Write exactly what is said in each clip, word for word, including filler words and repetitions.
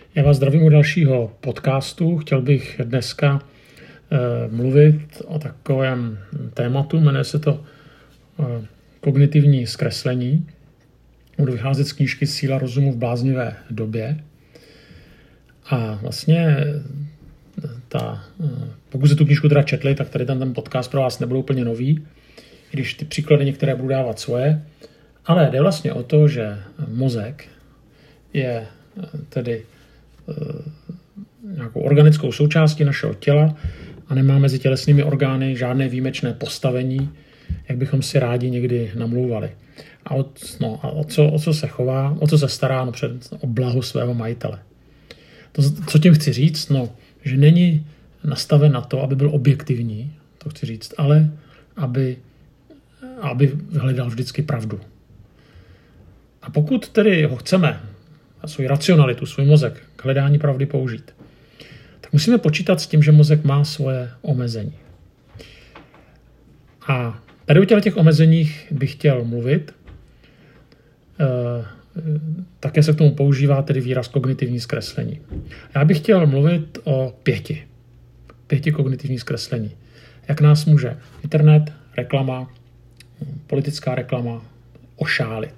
Já vás zdravím u dalšího podcastu. Chtěl bych dneska eh, mluvit o takovém tématu, jmenuje se to eh, kognitivní zkreslení. Budu vycházet z knížky Síla rozumu v bláznivé době. A vlastně ta, pokud jste tu knížku teda četli, tak tady ten, ten podcast pro vás nebude úplně nový, když ty příklady některé budu dávat svoje. Ale jde vlastně o to, že mozek je tedy nějakou organickou součástí našeho těla a nemá mezi tělesnými orgány žádné výjimečné postavení, jak bychom si rádi někdy namlouvali. A, o, no, a o, co, o co se chová, o co se stará, no před, o blaho svého majitele. To, co tím chci říct, no, že není nastaven na to, aby byl objektivní, to chci říct, ale aby, aby hledal vždycky pravdu. A pokud tedy ho chceme, a svou racionalitu, svůj mozek k hledání pravdy použít, tak musíme počítat s tím, že mozek má svoje omezení. A tady o těch omezeních bych chtěl mluvit. E, také se k tomu používá tedy výraz kognitivní zkreslení. Já bych chtěl mluvit o pěti. Pěti kognitivní zkreslení. Jak nás může internet, reklama, politická reklama ošálit.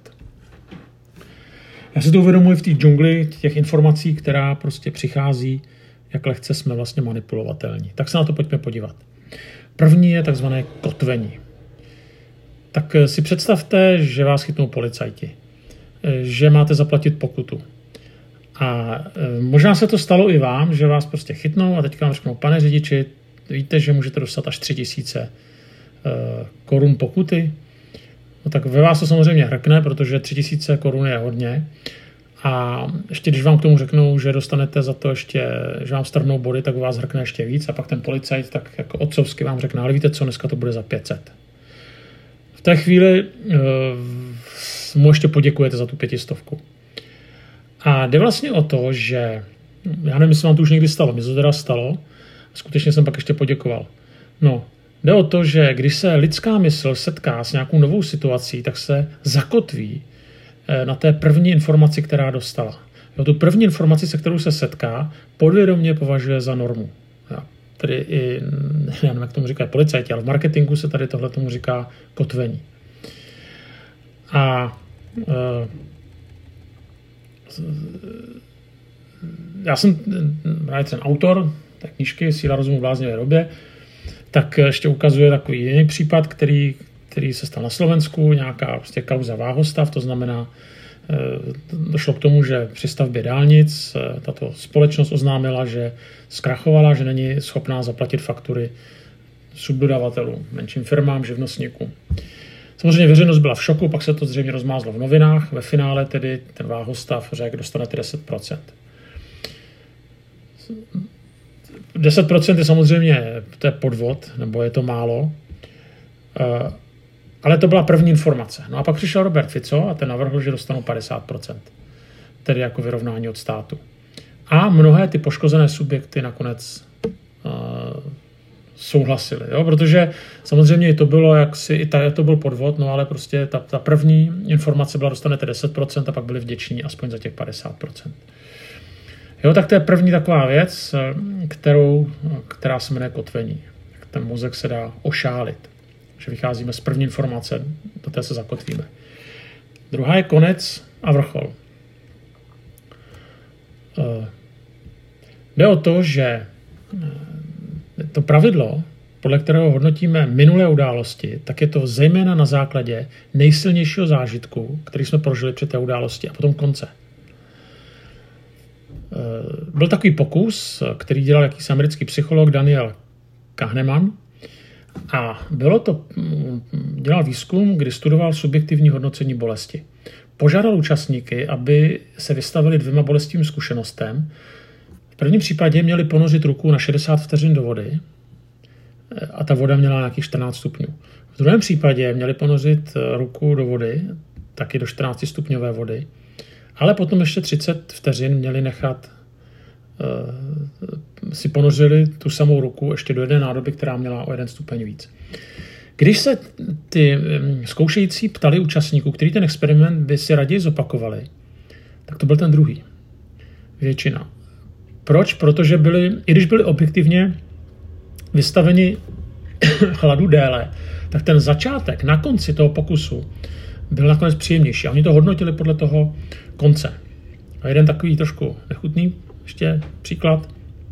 Já si to uvědomuji v té džungli těch informací, která prostě přichází, jak lehce jsme vlastně manipulovatelní. Tak se na to pojďme podívat. První je takzvané kotvení. Tak si představte, že vás chytnou policajti, že máte zaplatit pokutu. A možná se to stalo i vám, že vás prostě chytnou a teďka vám řeknou, pane řidiči, víte, že můžete dostat až tři tisíce korun pokuty. No tak ve vás to samozřejmě hrkne, protože tři tisíce korun je hodně. A ještě když vám k tomu řeknou, že dostanete za to ještě, že vám strhnou body, tak u vás hrkne ještě víc a pak ten policajt tak jako otcovsky vám řekne, ale víte co, dneska to bude za pět set. V té chvíli uh, mu ještě poděkujete za tu pětistovku. A jde vlastně o to, že já nevím, jestli vám to už někdy stalo, mi to teda stalo, skutečně jsem pak ještě poděkoval. No, jde o to, že když se lidská mysl setká s nějakou novou situací, tak se zakotví na té první informaci, která dostala. Jo, tu první informaci, se kterou se setká, podvědomě považuje za normu. Jo, tedy i, já nevím, jak tomu říkají policajti, ale v marketingu se tady tohle tomu říká kotvení. A e, já jsem právě ten autor té knížky Síla rozumu v bláznivé době, tak ještě ukazuje takový jiný případ, který, který se stal na Slovensku, nějaká prostě kauza Váhostav, to znamená, došlo k tomu, že při stavbě dálnic tato společnost oznámila, že zkrachovala, že není schopná zaplatit faktury subdodavatelům, menším firmám, živnostníkům. Samozřejmě veřejnost byla v šoku, pak se to zřejmě rozmázlo v novinách, ve finále tedy ten Váhostav řekl, dostanete deset procent. deset procent je samozřejmě to je podvod, nebo je to málo, ale to byla první informace. No a pak přišel Robert Fico a ten navrhl, že dostanou padesát procent, tedy jako vyrovnání od státu. A mnohé ty poškozené subjekty nakonec uh, souhlasily, jo? Protože samozřejmě to bylo jaksi, i tady to byl podvod, no ale prostě ta, ta první informace byla, dostanete deset procent a pak byli vděční aspoň za těch padesát procent. Jo, tak to je první taková věc, kterou, která se jmenuje kotvení. Ten mozek se dá ošálit. Že vycházíme z první informace, do té se zakotvíme. Druhá je konec a vrchol. Jde o to, že to pravidlo, podle kterého hodnotíme minulé události, tak je to zejména na základě nejsilnějšího zážitku, který jsme prožili při té události a potom konce. Byl takový pokus, který dělal jakýsi americký psycholog Daniel Kahneman a bylo to, dělal výzkum, kdy studoval subjektivní hodnocení bolesti. Požádal účastníky, aby se vystavili dvěma bolestivým zkušenostem. V prvním případě měli ponořit ruku na šedesát vteřin do vody a ta voda měla nějakých čtrnáct stupňů. V druhém případě měli ponořit ruku do vody, taky do čtrnáct stupňové vody, ale potom ještě třicet vteřin měli nechat, uh, si ponořili tu samou ruku ještě do jedné nádoby, která měla o jeden stupeň víc. Když se ty um, zkoušející ptali účastníků, který ten experiment by si raději zopakovali, tak to byl ten druhý. Většina. Proč? Protože byli, i když byli objektivně vystaveni hladu déle, tak ten začátek na konci toho pokusu byl nakonec příjemnější. A oni to hodnotili podle toho konce. A jeden takový trošku nechutný ještě příklad.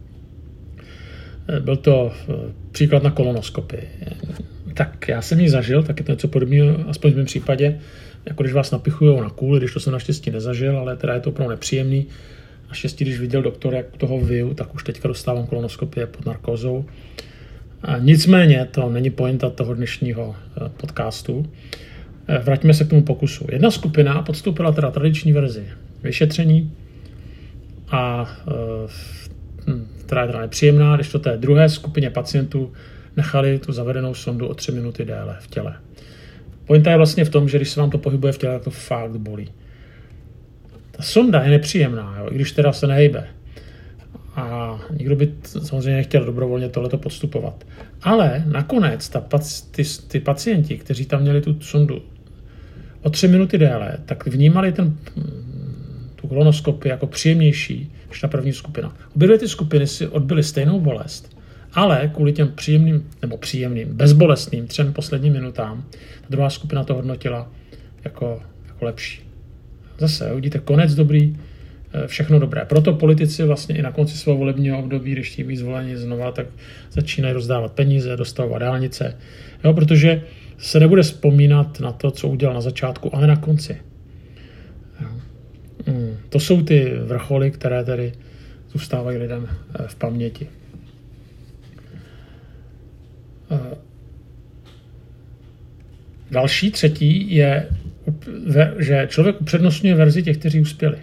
Byl to příklad na kolonoskopii. Tak já jsem ji zažil, tak je to něco podobného, aspoň v mém případě, jako když vás napichui na kůli, když to jsem naštěstí nezažil, ale teda je to opravdu nepříjemný. Naštěstí, když viděl doktor, jak toho vyju, tak už teďka dostávám kolonoskopie pod narkózou. A nicméně to není pointa toho dnešního podcastu. Vraťme se k tomu pokusu. Jedna skupina podstoupila teda tradiční verzi vyšetření a která je teda nepříjemná, když to té druhé skupině pacientů nechali tu zavedenou sondu o tři minuty déle v těle. Pointa je vlastně v tom, že když se vám to pohybuje v těle, tak to fakt bolí. Ta sonda je nepříjemná, jo, i když teda se nehejbe. A nikdo by samozřejmě nechtěl dobrovolně tohleto podstupovat. Ale nakonec ta, ty, ty pacienti, kteří tam měli tu sondu o tři minuty déle, tak vnímali ten, tu kolonoskopii jako příjemnější než ta první skupina. Obě dvě ty skupiny si odbyly stejnou bolest, ale kvůli těm příjemným, nebo příjemným, bezbolestným třem posledním minutám, ta druhá skupina to hodnotila jako, jako lepší. Zase, vidíte, konec dobrý, všechno dobré. Proto politici vlastně i na konci svého volebního období, když chtějí být zvoleni znova, tak začínají rozdávat peníze, dostavovat dálnice, jo, protože se nebude vzpomínat na to, co udělal na začátku, ale na konci. Jo. Mm, to jsou ty vrcholy, které tedy zůstávají lidem v paměti. Další, třetí je, že člověk upřednostňuje verzi těch, kteří uspěli.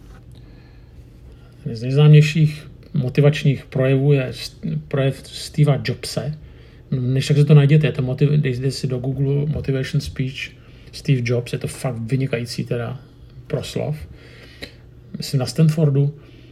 Z nejznámějších motivačních projevů je projev Steva Jobse. Než tak se to najděte, je to motiv, dejte si do Google Motivation Speech Steve Jobs, je to fakt vynikající teda proslov. Myslím na Stanfordu.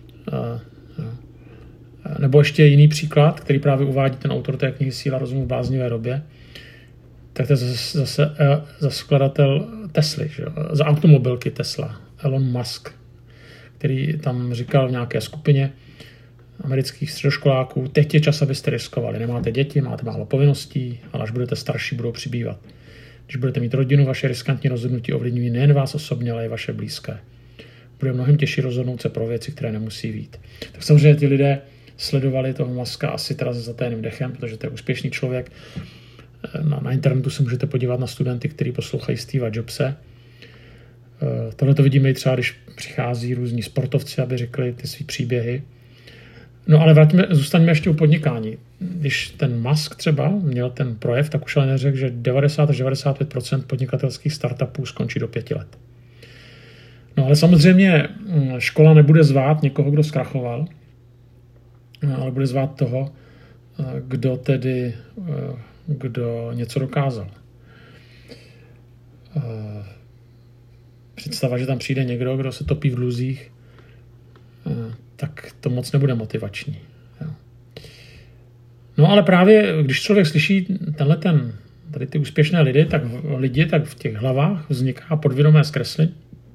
Nebo ještě jiný příklad, který právě uvádí ten autor té knihy Síla rozumu v bláznivé době. Tak to je zase, zase za skladatel Tesly, že? Za automobilky Tesla, Elon Musk, který tam říkal v nějaké skupině amerických středoškoláků, teď je čas, abyste riskovali. Nemáte děti, máte málo povinností, ale až budete starší, budou přibývat. Když budete mít rodinu, vaše riskantní rozhodnutí ovlivňují nejen vás osobně, ale i vaše blízké. Bude mnohem těžší rozhodnout se pro věci, které nemusí být. Tak samozřejmě ti lidé sledovali toho Muska asi teda se zatajným dechem, protože to je úspěšný člověk. Na, na internetu se můžete podívat na studenty, kteří poslouchají Steva Jobse. Tohle to vidíme i třeba, když přichází různí sportovci, aby řekli ty svý příběhy. No ale vraťme, zůstaňme ještě u podnikání. Když ten Musk třeba měl ten projev, tak už ale neřekl, že devadesát až devadesát pět procent podnikatelských startupů skončí do pěti let. No ale samozřejmě škola nebude zvát někoho, kdo zkrachoval, ale bude zvát toho, kdo tedy kdo něco dokázal. Představa, že tam přijde někdo, kdo se topí v dluzích, tak to moc nebude motivační. No ale právě, když člověk slyší tenhle ten, tady ty úspěšné lidi, tak lidi, tak v těch hlavách vzniká podvědomé zkreslení,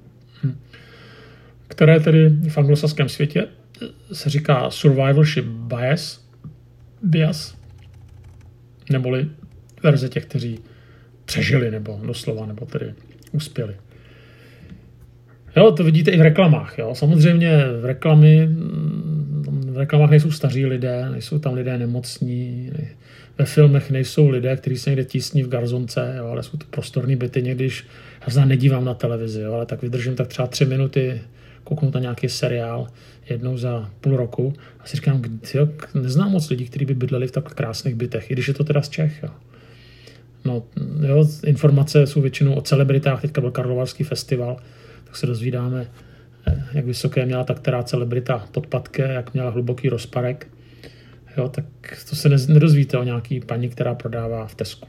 které tedy v anglosaském světě se říká survivorship bias, bias, neboli verze těch, kteří přežili, nebo doslova, nebo tedy uspěli. Jo, to vidíte i v reklamách. Jo. Samozřejmě v, reklamy, v reklamách nejsou staří lidé, nejsou tam lidé nemocní, ne, ve filmech nejsou lidé, kteří se někde tísní v garzonce, jo, ale jsou to prostorný byty. Někdyž já znám, nedívám na televizi, jo, ale tak vydržím tak třeba tři minuty, kouknout na nějaký seriál jednou za půl roku a si říkám, jo, neznám moc lidí, kteří by bydleli v tak krásných bytech, i když je to teda z Čech. Jo. No, jo, informace jsou většinou o celebritách, teďka byl Karlovarský festival, tak se dozvídáme, jak vysoké měla ta která celebrita podpatky, jak měla hluboký rozparek. Jo, tak to se nedozvíte o nějaký paní, která prodává v Tesku.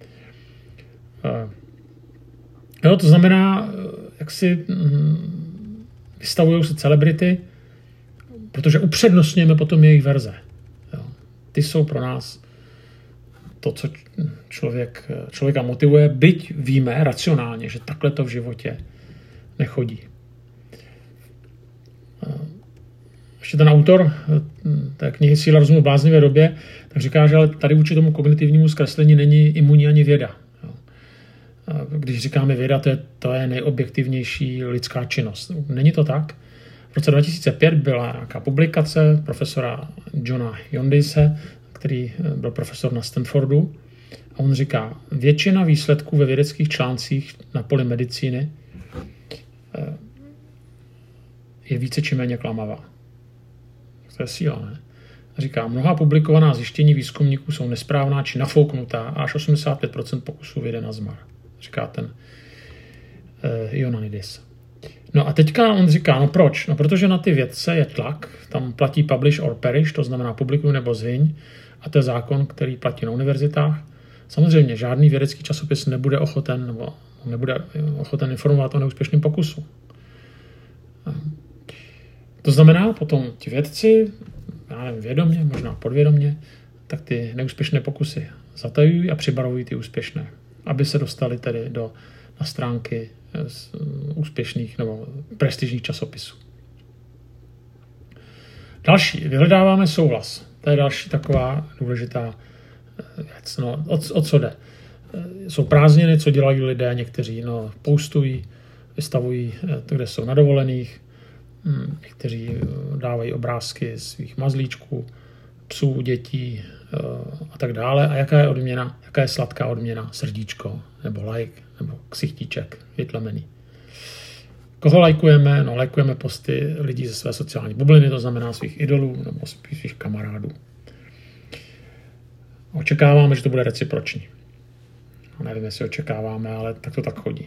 Jo, to znamená, jak si vystavují se celebrity, protože upřednostňujeme potom jejich verze. Jo. Ty jsou pro nás to, co člověk, člověka motivuje, byť víme racionálně, že takhle to v životě nechodí. ještě ten autor té knihy Síla rozumu v bláznivé době, tak říká, že ale tady vůči tomu kognitivnímu zkreslení není imunní ani věda. Když říkáme věda, to je, to je nejobjektivnější lidská činnost. Není to tak. V roce dva tisíce pět byla nějaká publikace profesora Johna Yondise, který byl profesor na Stanfordu. A on říká, většina výsledků ve vědeckých článcích na poli medicíny je více či méně klamavá. To je síla, ne? A říká, mnoha publikovaná zjištění výzkumníků jsou nesprávná či nafouknutá a až osmdesát pět procent pokusů vyjde na zmar. Říká ten uh, Ioannidis. No a teďka on říká, no proč? No protože na ty vědce je tlak, tam platí publish or perish, to znamená publikuj nebo zhyň, a to je zákon, který platí na univerzitách. Samozřejmě žádný vědecký časopis nebude ochoten nebo nebude ochoten informovat o neúspěšném pokusu. To znamená, potom ti vědci, já nevím, vědomě, možná podvědomě, tak ty neúspěšné pokusy zatajují a přibarují ty úspěšné, aby se dostali tedy do, na stránky z úspěšných nebo prestižních časopisů. Další, vyhledáváme souhlas. To je další taková důležitá věc. No, o, o co jde? Jsou prázdniny, co dělají lidé, někteří no, postují, vystavují, kde jsou na dovolených, někteří dávají obrázky svých mazlíčků, psů, dětí a tak dále. A jaká je odměna? Jaká je sladká odměna? Srdíčko, nebo like, nebo ksichtíček, vytlemený. Koho lajkujeme? No, lajkujeme posty lidí ze své sociální bubliny, to znamená svých idolů nebo svých kamarádů. Očekáváme, že to bude reciproční. No, nevím, jestli očekáváme, ale tak to tak chodí.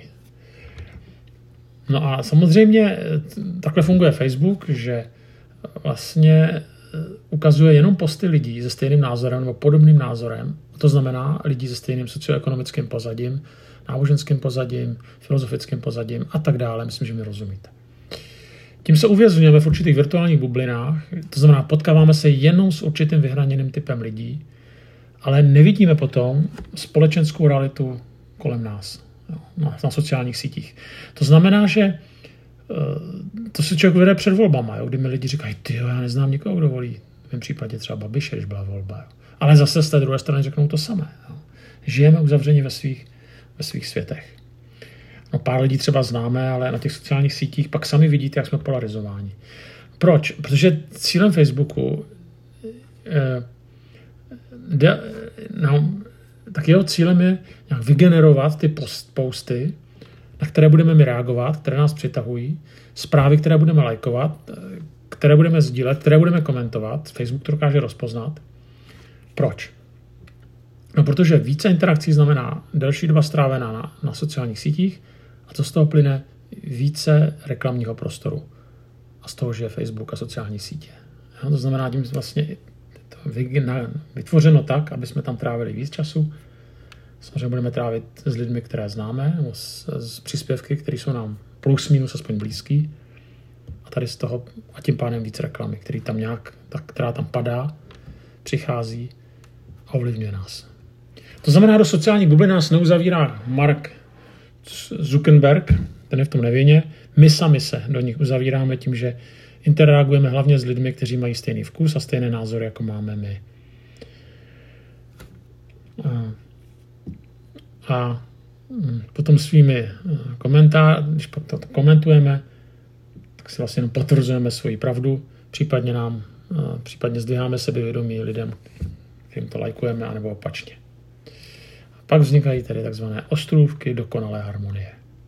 No a samozřejmě takhle funguje Facebook, že vlastně ukazuje jenom posty lidí se stejným názorem nebo podobným názorem. To znamená lidí se stejným socioekonomickým pozadím, náboženským pozadím, filozofickým pozadím a tak dále. Myslím, že mi rozumíte. Tím se uvězňujeme v určitých virtuálních bublinách, to znamená potkáváme se jenom s určitým vyhraněným typem lidí, ale nevidíme potom společenskou realitu kolem nás. Na, na sociálních sítích. To znamená, že to se člověk vede před volbama, jo, kdy mi lidi říkají, ty jo, já neznám nikoho, kdo volí. V mém případě třeba Babiše, když byla volba. Jo. Ale zase z té druhé strany řeknou to samé. Jo. Žijeme uzavření ve svých, ve svých světech. No, pár lidí třeba známe, ale na těch sociálních sítích pak sami vidíte, jak jsme polarizováni. Proč? Protože cílem Facebooku eh, de, no, tak jeho cílem je nějak vygenerovat ty post, posty, na které budeme my reagovat, které nás přitahují, zprávy, které budeme lajkovat, které budeme sdílet, které budeme komentovat. Facebook to dokáže rozpoznat. Proč? No, protože více interakcí znamená delší doba strávená na, na sociálních sítích a to z toho plyne více reklamního prostoru. A z toho, že je Facebook a sociální sítě. No, to znamená, tím vlastně vytvořeno tak, aby jsme tam trávili víc času. Samozřejmě budeme trávit s lidmi, které známe, nebo s, s příspěvky, které jsou nám plus minus aspoň blízký. A tady z toho, a tím pádem víc reklamy, který tam nějak, tak, která tam padá, přichází a ovlivňuje nás. To znamená, do sociální bubliny nás neuzavírá Mark Zuckerberg, ten je v tom nevinně. My sami se do nich uzavíráme tím, že interagujeme hlavně s lidmi, kteří mají stejný vkus a stejné názory, jako máme my. A potom svými komentáři, když pak to komentujeme, tak si vlastně jenom potvrzujeme svoji pravdu, případně nám, případně zdviháme sebevědomí lidem, kterým to lajkujeme, anebo opačně. A pak vznikají tedy takzvané ostrůvky dokonalé harmonie.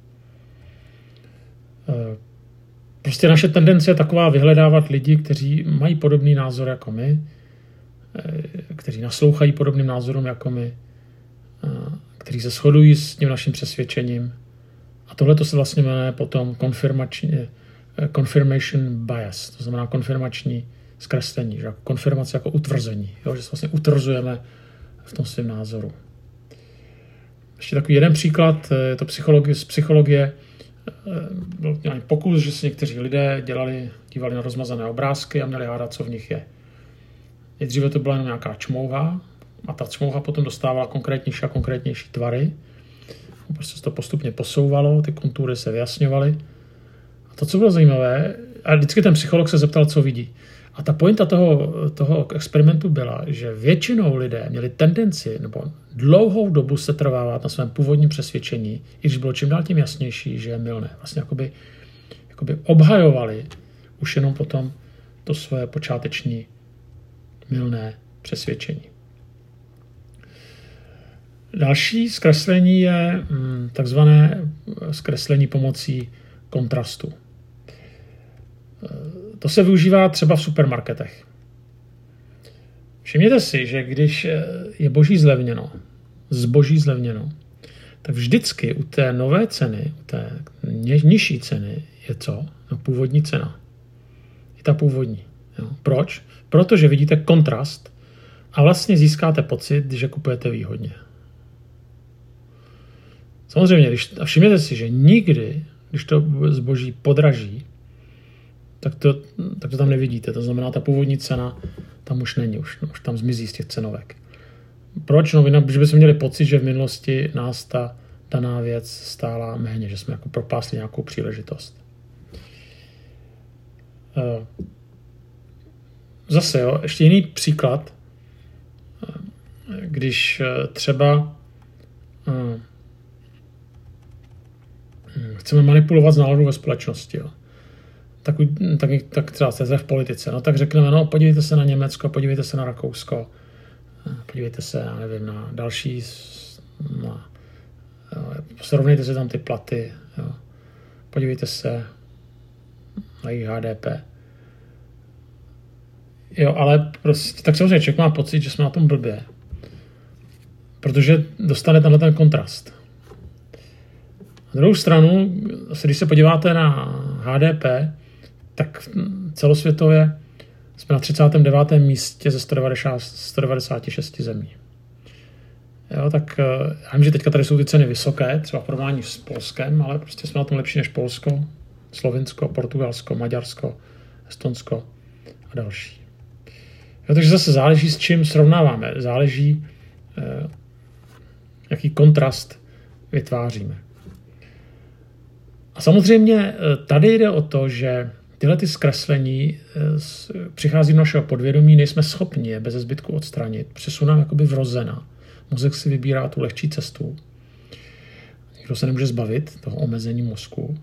Prostě naše tendence je taková vyhledávat lidi, kteří mají podobný názor jako my, kteří naslouchají podobným názorům jako my, kteří se shodují s tím naším přesvědčením. A tohle to se vlastně jmenuje potom confirmation bias, to znamená konfirmační zkreslení, že jako konfirmace jako utvrzení, jo, že se vlastně utvrzujeme v tom svém názoru. Ještě takový jeden příklad, je to psychologie, z psychologie. Byl nějaký pokus, že si někteří lidé dělali, dívali na rozmazané obrázky a měli hádat, co v nich je. Nejdříve to byla jenom nějaká čmouha a ta čmouha potom dostávala konkrétnější a konkrétnější tvary. Prostě se to postupně posouvalo, ty kontury se vyjasňovaly. A to, co bylo zajímavé, a vždycky ten psycholog se zeptal, co vidí. A ta pointa toho, toho experimentu byla, že většinou lidé měli tendenci nebo dlouhou dobu se trvávat na svém původním přesvědčení, i když bylo čím dál tím jasnější, že je mylné. Vlastně jakoby, jakoby obhajovali už jenom potom to své počáteční mylné přesvědčení. Další zkreslení je takzvané zkreslení pomocí kontrastu. To se využívá třeba v supermarketech. Všimněte si, že když je boží zlevněno, zboží zlevněno, tak vždycky u té nové ceny, u té nižší ceny je co? No, původní cena. Je ta původní. Jo. Proč? Protože vidíte kontrast a vlastně získáte pocit, že kupujete výhodně. Samozřejmě, když, a všimněte si, že nikdy, když to zboží podraží, tak to, tak to tam nevidíte. To znamená, ta původní cena tam už není, už, už tam zmizí z těch cenovek. Proč? No, že bychom měli pocit, že v minulosti nás ta daná věc stála méně, že jsme jako propásli nějakou příležitost. Zase, jo, ještě jiný příklad, když třeba chceme manipulovat s náladou ve společnosti, jo. Tak, tak, tak třeba se v politice, no tak řekneme, no podívejte se na Německo, podívejte se na Rakousko, podívejte se, já nevím, na další, na, srovnejte si tam ty platy, jo. Podívejte se na jejich H D P. Jo, ale prostě, tak samozřejmě člověk má pocit, že jsme na tom blbě, protože dostane tenhle ten kontrast. Na druhou stranu, když se podíváte na H D P, tak celosvětově jsme na třicátém devátém místě ze sto devadesáti šesti zemí. Jo, tak já vím, že teďka tady jsou ty ceny vysoké, třeba v porovnání s Polskem, ale prostě jsme na tom lepší než Polsko, Slovinsko, Portugalsko, Maďarsko, Estonsko a další. Jo, takže zase záleží, s čím srovnáváme. Záleží, eh, jaký kontrast vytváříme. A samozřejmě tady jde o to, že tyhle ty zkreslení přichází do našeho podvědomí, nejsme schopni je bez zbytku odstranit. Jsou nám jakoby vrozena. Mozek si vybírá tu lehčí cestu. Nikdo se nemůže zbavit toho omezení mozku.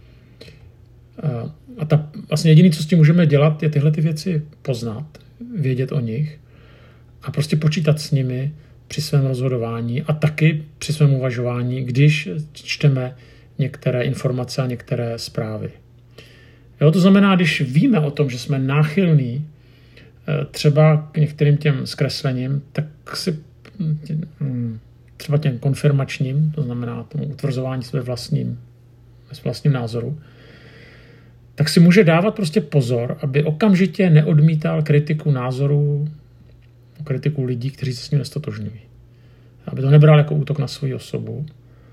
A ta, vlastně jediné, co s tím můžeme dělat, je tyhle ty věci poznat, vědět o nich a prostě počítat s nimi při svém rozhodování a taky při svém uvažování, když čteme některé informace a některé zprávy. Jo, to znamená, když víme o tom, že jsme náchylní třeba k některým těm zkreslením, tak si třeba těm konfirmačním, to znamená tomu utvrzování své vlastním, své vlastním názoru, tak si může dávat prostě pozor, aby okamžitě neodmítal kritiku názorů, kritiku lidí, kteří se s ním nestotožňují. Aby to nebral jako útok na svou osobu.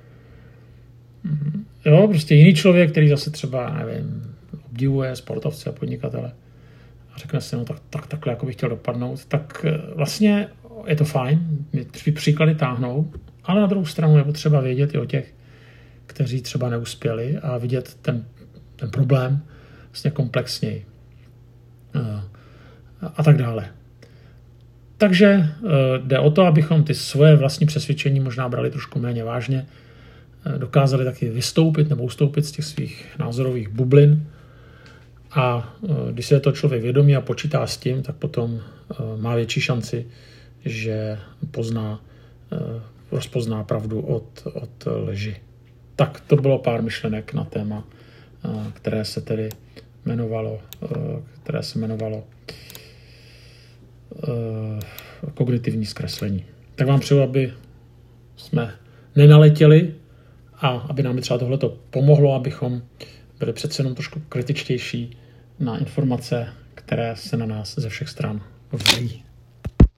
Jo, prostě jiný člověk, který zase třeba, nevím, obdivuje sportovce a podnikatele a řekne si, no tak, tak takhle jako bych chtěl dopadnout, tak vlastně je to fajn, příklady táhnou, ale na druhou stranu je potřeba vědět i o těch, kteří třeba neuspěli a vidět ten, ten problém vlastně komplexněji a, a tak dále. Takže jde o to, abychom ty svoje vlastní přesvědčení možná brali trošku méně vážně, dokázali taky vystoupit nebo ustoupit z těch svých názorových bublin a když se je to člověk vědomí a počítá s tím, tak potom má větší šanci, že pozná, rozpozná pravdu od, od lži. Tak to bylo pár myšlenek na téma, které se tedy jmenovalo, které se jmenovalo kognitivní zkreslení. Tak vám přeju, aby jsme nenaletěli a aby nám třeba tohleto pomohlo, abychom byli přece jenom trošku kritičtější na informace, které se na nás ze všech stran vrhají.